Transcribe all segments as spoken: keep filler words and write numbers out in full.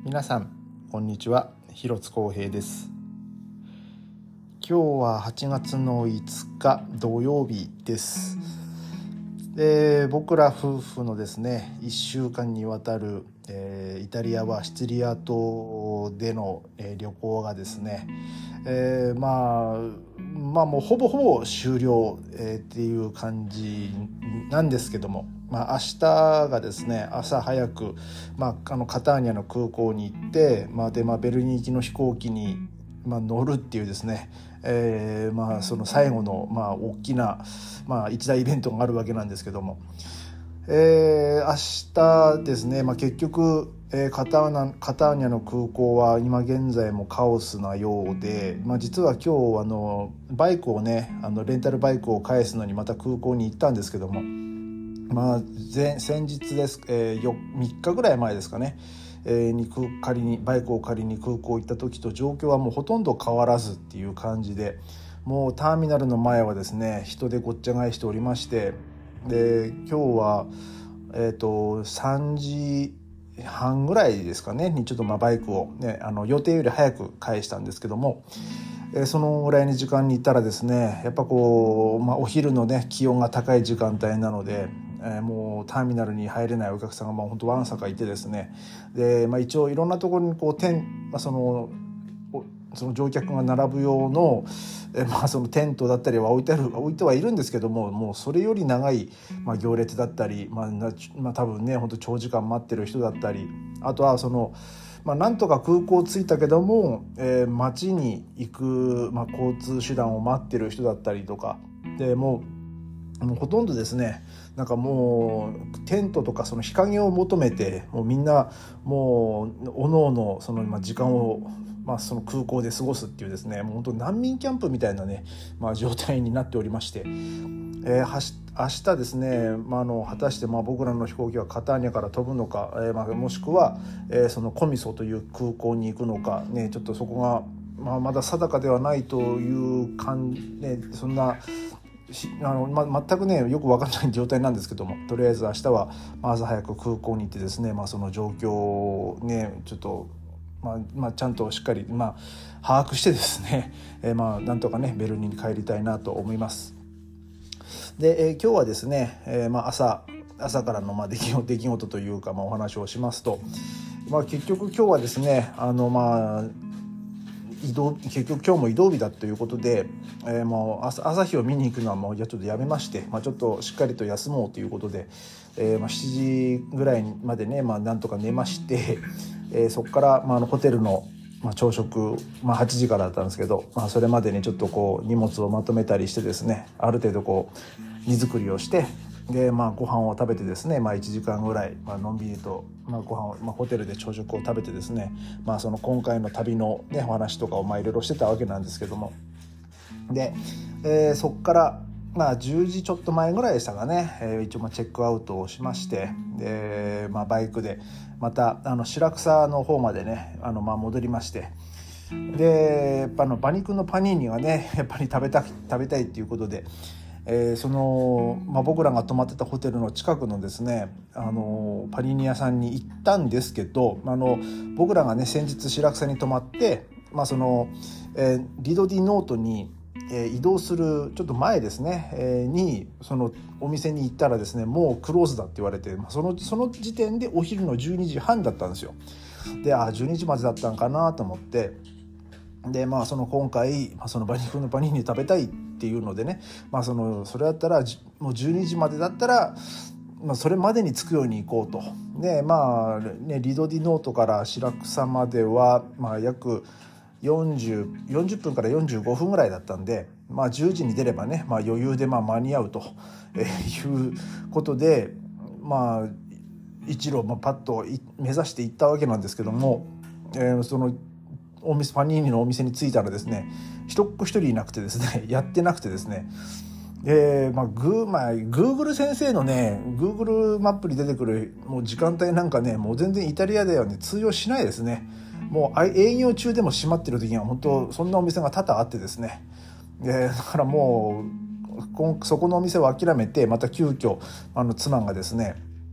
皆さんこんにちは、広津光平です。今日ははちがつのいつか土曜日です。で僕ら夫婦のですねいっしゅうかんにわたる、えー、イタリアはシチリア島での、えー、旅行がですね、えー、まあまあもうほぼほぼ終了、えー、っていう感じなんですけども、まあ、明日がですね朝早く、まあ、あのカターニャの空港に行って、まあでまあ、ベルリン行きの飛行機に、まあ、乗るっていうですね、えーまあ、その最後の、まあ、大きな、まあ、一大イベントがあるわけなんですけども、えー、明日ですね、まあ、結局、えー、カターナ、カターニャの空港は今現在もカオスなようで、まあ、実は今日あのバイクをねあのレンタルバイクを返すのにまた空港に行ったんですけども、まあ、前先日です、えー、よみっかぐらい前ですかね、えー、に仮にバイクを借りに空港行った時と状況はもうほとんど変わらずっていう感じで、もうターミナルの前はですね人でごっちゃ返しておりまして、で今日は、えー、とさんじはんぐらいですかねにちょっとまあバイクを、ね、あの予定より早く返したんですけども、えー、そのぐらいの時間に行ったらですねやっぱこう、まあ、お昼のね気温が高い時間帯なので、えー、もうターミナルに入れないお客さんがまあ本当わんさかいてですね、で、まあ、一応いろんなところにこうテン、まあ、そのその乗客が並ぶ用の、えまあ、そのテントだったりは置いてある置いてはいるんですけども、もうそれより長い、まあ、行列だったり、まあまあ、多分ね本当長時間待ってる人だったり、あとはその、まあ、なんとか空港着いたけども、えー、街に行く、まあ、交通手段を待ってる人だったりとかで、もうもうほとんどですねなんかもうテントとかその日陰を求めてもうみんなもうおのおのそのまあ時間をまあその空港で過ごすっていうですねもう本当難民キャンプみたいなねまあ状態になっておりまして、えー、はし明日ですね、まあ、あの果たしてまあ僕らの飛行機はカターニャから飛ぶのか、えーまあ、もしくは、えー、そのコミソという空港に行くのかね、ちょっとそこが、まあ、まだ定かではないという感じ、ね、そんなあの、ま、全くねよく分からない状態なんですけども、とりあえず明日は朝早く空港に行ってですね、まあ、その状況をねちょっと、まあまあ、ちゃんとしっかり、まあ、把握してですね、えー、まあなんとかねベルリンに帰りたいなと思います。で、えー、今日はですね、えーまあ、朝朝からのまあ出来事、出来事というか、まあ、お話をしますと、まあ、結局今日はですねあのまあ移動結局今日も移動日だということで、えー、もう 朝, 朝日を見に行くのはもうちょっとやめまして、まあ、ちょっとしっかりと休もうということで、えーまあ、しちじぐらいまでね、まあ、なんとか寝まして、えー、そこから、まあ、あのホテルの、まあ、朝食、まあ、はちじからだったんですけど、まあ、それまでにちょっとこう荷物をまとめたりしてですね、ある程度こう荷造りをして、でまあ、ご飯を食べてですね、まあ、いちじかんぐらい、まあのんびりと、まあ、ご飯を、まあ、ホテルで朝食を食べてですね、まあ、その今回の旅の、ね、お話とかをまあいろいろしてたわけなんですけども、で、えー、そこから、まあ、じゅうじちょっと前ぐらいでしたかね、えー、一応まあチェックアウトをしまして、で、まあ、バイクでまたあの白草の方までねあのまあ戻りまして、でやっぱあの馬肉のパニーニがねやっぱり食べた食べたいっていうことで、えーそのまあ、僕らが泊まってたホテルの近くのですねあのパニーニ屋さんに行ったんですけど、あの僕らがね先日白草に泊まって、まあそのえー、リド・ディ・ノートに、えー、移動するちょっと前ですね、えー、にそのお店に行ったらですねもうクローズだって言われて、その、その時点でお昼のじゅうにじはんだったんですよ。であじゅうにじまでだったんかなと思って、でまあその今回、まあ、その馬肉のパニーニ食べたいっていうのでね、まあ、そのそれだったらもうじゅうにじまでだったら、まあ、それまでに着くように行こうと。でまあねリド・ディ・ノートから白草までは、まあ、約よんじゅう、よんじゅっぷんからよんじゅうごふんぐらいだったんで、まあ、じゅうじに出ればね、まあ、余裕でまあ間に合うということで、まあ一路まあパッと目指していったわけなんですけども、えー、そのお店パニーニのお店に着いたらですね一っ子一人いなくてですねやってなくてですね、えーまあグーまあ、Google 先生のね Google マップに出てくるもう時間帯なんかねもう全然イタリアではね通用しないですね。もう営業中でも閉まってる時には本当そんなお店が多々あってですね、えー、だからもうそこのお店を諦めてまた急遽あの妻がですね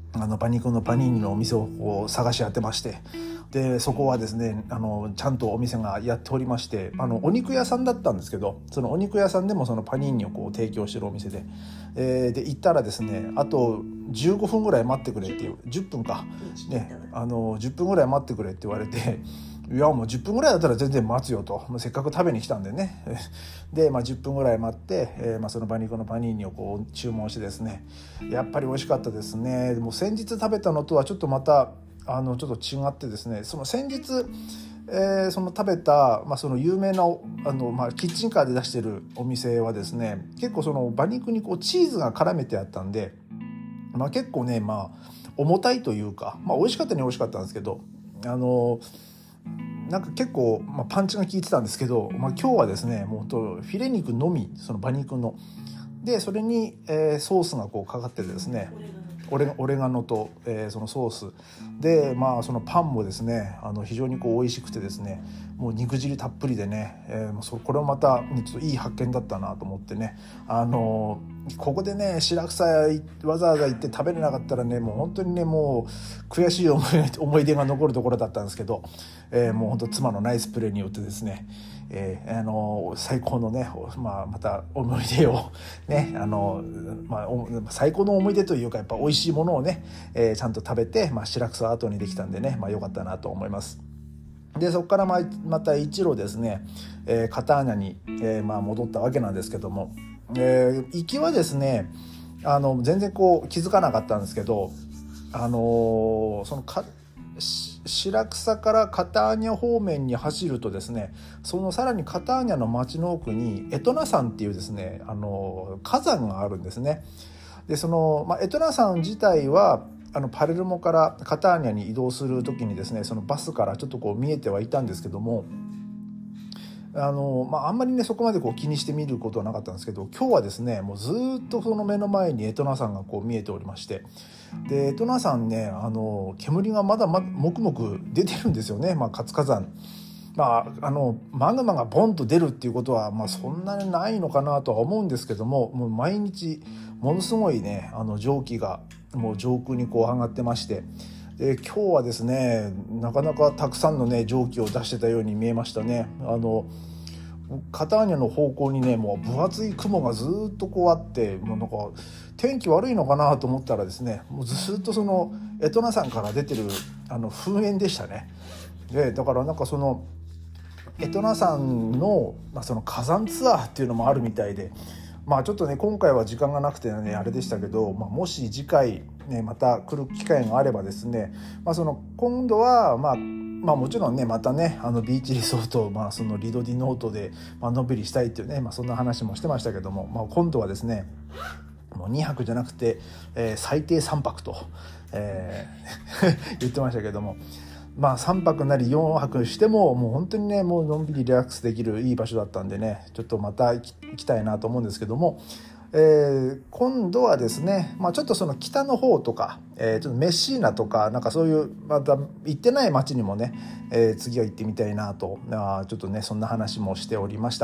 あの馬肉のパニーニのお店をこう探し当てまして、でそこはですねあのちゃんとお店がやっておりまして、あのお肉屋さんだったんですけど、そのお肉屋さんでもそのパニーニをこう提供してるお店で、えー、で行ったらですね、あとじゅうごふんぐらい待ってくれっていう、じゅっぷんか、ね、あのじゅっぷんぐらい待ってくれって言われて、いやもうじゅっぷんぐらいだったら全然待つよと、もうせっかく食べに来たんでねで、まあ、じゅっぷんぐらい待って、えーまあ、その馬肉のパニーニをこう注文してですね、やっぱり美味しかったですね。もう先日食べたのとはちょっとまたあのちょっと違ってですね、その先日、えー、その食べた、まあ、その有名なあの、まあ、キッチンカーで出してるお店はですね、結構その馬肉にこうチーズが絡めてあったんで、まあ、結構ね、まあ、重たいというか、まあ、美味しかったには美味しかったんですけど、あのなんか結構、まあ、パンチが効いてたんですけど、まあ、今日はですねもう本当フィレ肉のみ、その馬肉のでそれに、えー、ソースがこうかかっててですね、オレオレガノと、えー、そのソースで、まあ、そのパンもですねあの非常にこう美味しくてですね、もう肉汁たっぷりでね、えー、そこれもまたちょっといい発見だったなと思ってね、あのー、ここでね白草屋わざわざ行って食べれなかったらね、もう本当にねもう悔しい思い、思い出が残るところだったんですけど、えー、もう本当妻のナイスプレーによってですね、えーあのー、最高のね、まあ、また思い出をね、あのーまあ、最高の思い出というかやっぱ美味しいものをね、えー、ちゃんと食べて、まあ、白草後にできたんでね、まあ、よかったなと思います。でそこからままた一路ですね、えー、カターニャに、えーまあ、戻ったわけなんですけども、えー、行きはですねあの全然こう気づかなかったんですけど、あのー、そのか白草からカターニャ方面に走るとですね、そのさらにカターニャの町の奥にエトナ山っていうですね、あの火山があるんですね。でその、まあ、エトナ山自体はあのパレルモからカターニャに移動する時にですね、そのバスからちょっとこう見えてはいたんですけども、あの、まあ、あんまりねそこまでこう気にして見ることはなかったんですけど、今日はですねもうずっとその目の前にエトナ山がこう見えておりまして、でエトナ山ね、あの煙がまだまもくもく出てるんですよね、まあ、活火山。まあ、あのマグマがボンと出るっていうことは、まあ、そんなにないのかなとは思うんですけども、もう毎日ものすごいねあの蒸気がもう上空にこう上がってまして、で今日はですねなかなかたくさんのね蒸気を出してたように見えましたね。あのカターニャの方向にねもう分厚い雲がずっとこうあって、もうなんか天気悪いのかなと思ったらですね、もうずっとそのエトナ山から出てるあの噴煙でしたね。でだからなんかそのエトナ山の、まあ、その火山ツアーっていうのもあるみたいで、まあちょっとね今回は時間がなくてねあれでしたけど、まあ、もし次回ねまた来る機会があればですね、まあ、その今度はまあまあもちろんねまたねあのビーチリゾート、まあ、そのリドディノートで、まあのんびりしたいっていうね、まあ、そんな話もしてましたけども、まあ、今度はですねもうにはくじゃなくて、えー、最低さんぱくと、えー、言ってましたけども、まあさんぱくなりよんはくしてももう本当にねもうのんびりリラックスできるいい場所だったんでね、ちょっとまた行きたいなと思うんですけども、えー、今度はですね、まあ、ちょっとその北の方とか、えー、ちょっとメッシーナとかなんかそういうまた行ってない町にもね、えー、次は行ってみたいなと、あちょっとねそんな話もしておりました。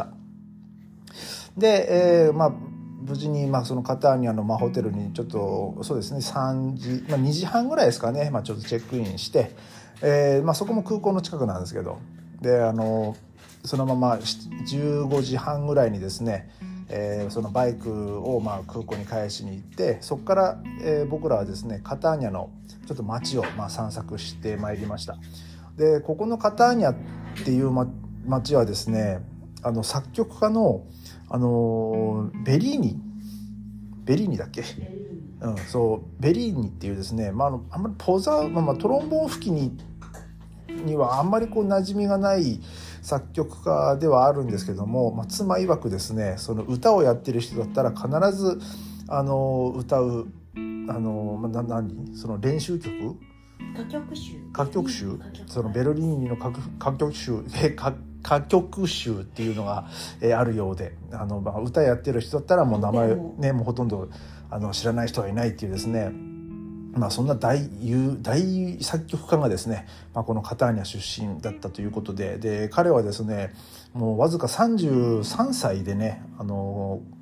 で、えー、まあ無事にまあそのカターニャのまあホテルにちょっとそうですねさんじ、まあ、にじはんぐらいですかね、まあ、ちょっとチェックインして、えーまあ、そこも空港の近くなんですけど、であのそのままじゅうごじはんぐらいにですね、えー、そのバイクをまあ空港に返しに行って、そこから、えー、僕らはですねカターニャのちょっと街をまあ散策してまいりました。でここのカターニャっていう街はですね、あの作曲家の、あのー、ベリーニベリーニだっけ、うん、そうベリーニっていうですね、まあ、あのあんまりポザ、まあ、まあトロンボーン吹きににはあんまりこう馴染みがない作曲家ではあるんですけども、まあ、妻曰くですねその歌をやってる人だったら必ずあの歌うあの、まあ、何その練習曲歌曲集歌曲集そのベルリーニの歌曲集歌曲集っていうのが、えー、あるようで、あの、まあ、歌やってる人だったらもう名前ねもうほとんどあの知らない人はいないっていうですね、まあ、そんな 大, 大作曲家がですね、まあ、このカターニャ出身だったということで、で彼はですねもうわずかさんじゅうさんさいでねあの、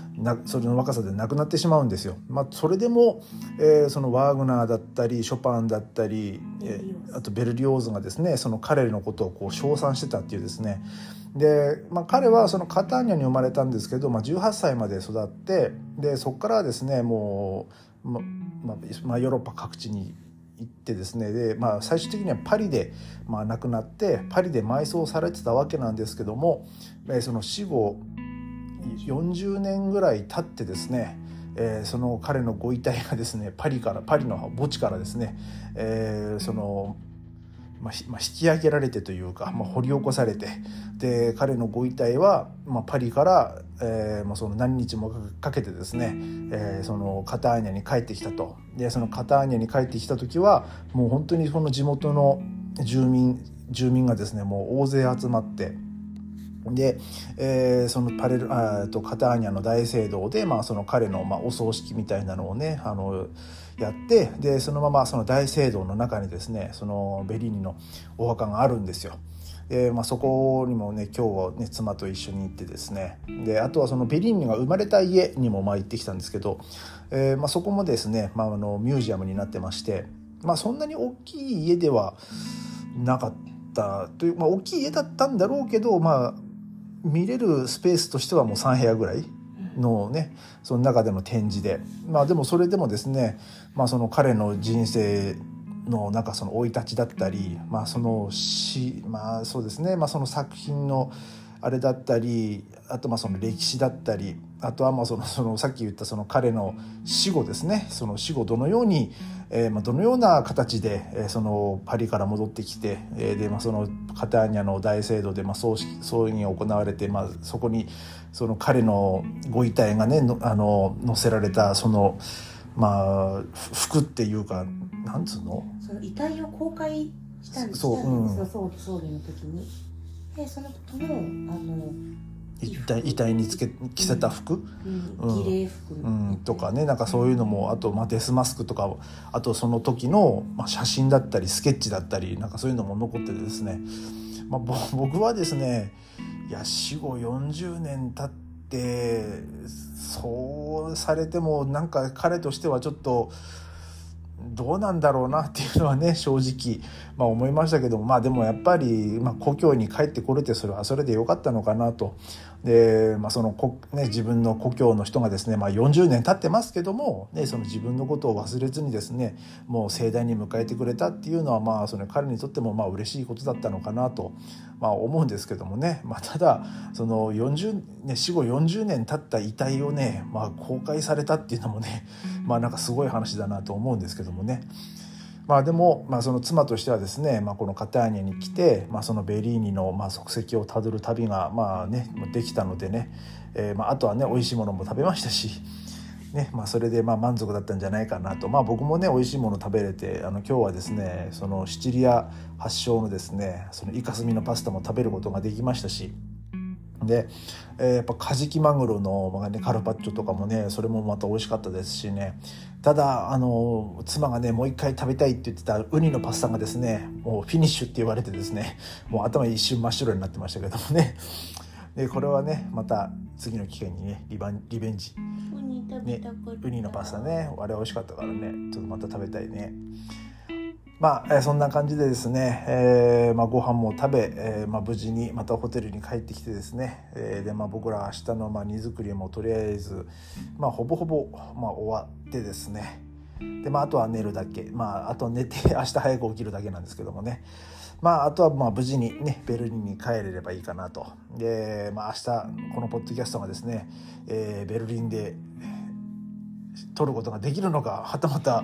なそれの若さで亡くなってしまうんですよ。まあ、それでも、えー、そのワーグナーだったりショパンだったり、えー、あとベルリオーズがですねその彼のことをこう称賛してたっていうですね。で、まあ、彼はそのカターニャに生まれたんですけど、まあ、じゅうはっさいまで育ってでそこからはですねもう、まままあ、ヨーロッパ各地に行ってですねで、まあ、最終的にはパリで、まあ、亡くなってパリで埋葬されてたわけなんですけども、えー、その死後よんじゅうねんぐらい経ってですね、えー、その彼のご遺体がですねパリからパリの墓地からですね、えー、そのまあ、引き上げられてというか、まあ、掘り起こされてで彼のご遺体は、まあ、パリから、えーまあ、その何日もかけてですね、えー、そのカターニャに帰ってきたと。でそのカターニャに帰ってきた時はもう本当にその地元の住民住民がですねもう大勢集まってで、えー、そのパレルあとカターニャの大聖堂で、まあ、その彼の、まあ、お葬式みたいなのをねあのやってでそのままその大聖堂の中にですねそのベリーニのお墓があるんですよ。で、まあ、そこにもね今日はね妻と一緒に行ってですねであとはそのベリーニが生まれた家にもまあ行ってきたんですけど、えーまあ、そこもですね、まあ、あのミュージアムになってまして、まあ、そんなに大きい家ではなかったという、まあ、大きい家だったんだろうけどまあ見れるスペースとしてはもうさん部屋ぐらいのねその中での展示でまあでもそれでもですね、まあ、その彼の人生のなんかその生い立ちだったりまあその詩まあそうですねまあその作品のあれだったりあとまあその歴史だったりあとはまあそのそのさっき言ったその彼の死後ですねその死後どのようにえーまあ、どのような形で、えー、そのパリから戻ってきて、えーでまあ、そのカターニャの大聖堂で、まあ、葬式葬儀が行われて、まあ、そこにその彼のご遺体がねのあの載せられたその、まあ、服っていうかなんつうのその遺体を公開したんですよ、うん、葬儀の時にでその時のあの遺体、遺体につけ着せた服、 うんうん、儀礼服、 うん、とかねなんかそういうのもあと、まあ、デスマスクとかあとその時の、まあ、写真だったりスケッチだったりなんかそういうのも残っててですね、まあ、僕はですねいや死後よんじゅうねん経ってそうされてもなんか彼としてはちょっとどうなんだろうなっていうのはね正直、まあ、思いましたけどもまあでもやっぱり、まあ、故郷に帰ってこれてそれはそれでよかったのかなと。で、まあそのこね、自分の故郷の人がですね、まあ、よんじゅうねん経ってますけども、ね、その自分のことを忘れずにですねもう盛大に迎えてくれたっていうのは、まあ、その彼にとってもまあ嬉しいことだったのかなと、まあ、思うんですけどもね、まあ、ただそのよんじゅう、ね、死後よんじゅうねん経った遺体をね、まあ、公開されたっていうのもね、まあ、なんかすごい話だなと思うんですけどもね。まあ、でも、まあ、その妻としてはですね、まあ、このカターニャに来て、まあ、そのベリーニのまあ足跡をたどる旅がまあ、ね、できたのでね、えーまあ、あとはね美味しいものも食べましたし、ねまあ、それでまあ満足だったんじゃないかなと、まあ、僕もね美味しいもの食べれてあの今日はですねそのシチリア発祥のですねそのイカスミのパスタも食べることができましたし。で、えー、やっぱカジキマグロの、まあね、カルパッチョとかもねそれもまた美味しかったですしね。ただあの妻がねもう一回食べたいって言ってたウニのパスタがですねもうフィニッシュって言われてですねもう頭一瞬真っ白になってましたけどもね。でこれはねまた次の機会にねリバンリベンジ、 ウニ食べたかった、 ね、ウニのパスタねあれ美味しかったからねちょっとまた食べたいね。まあ、えー、そんな感じでですね、えーまあ、ご飯も食べ、えーまあ、無事にまたホテルに帰ってきてですね、えーでまあ、僕ら明日のまあ荷造りもとりあえず、まあ、ほぼほぼ、まあ、終わってですねで、まあ、あとは寝るだけ、まあ、あとは寝て明日早く起きるだけなんですけどもね、まあ、あとはまあ無事にねベルリンに帰れればいいかなと。で、まあ、明日このポッドキャストがですね、えー、ベルリンで撮ることができるのかはたまた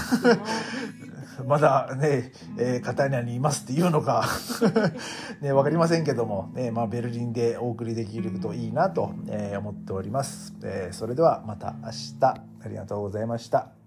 まだね、えー、カターニャにいますっていうのかね、分かりませんけども、ねまあ、ベルリンでお送りできるといいなと、えー、思っております、えー、それではまた明日ありがとうございました。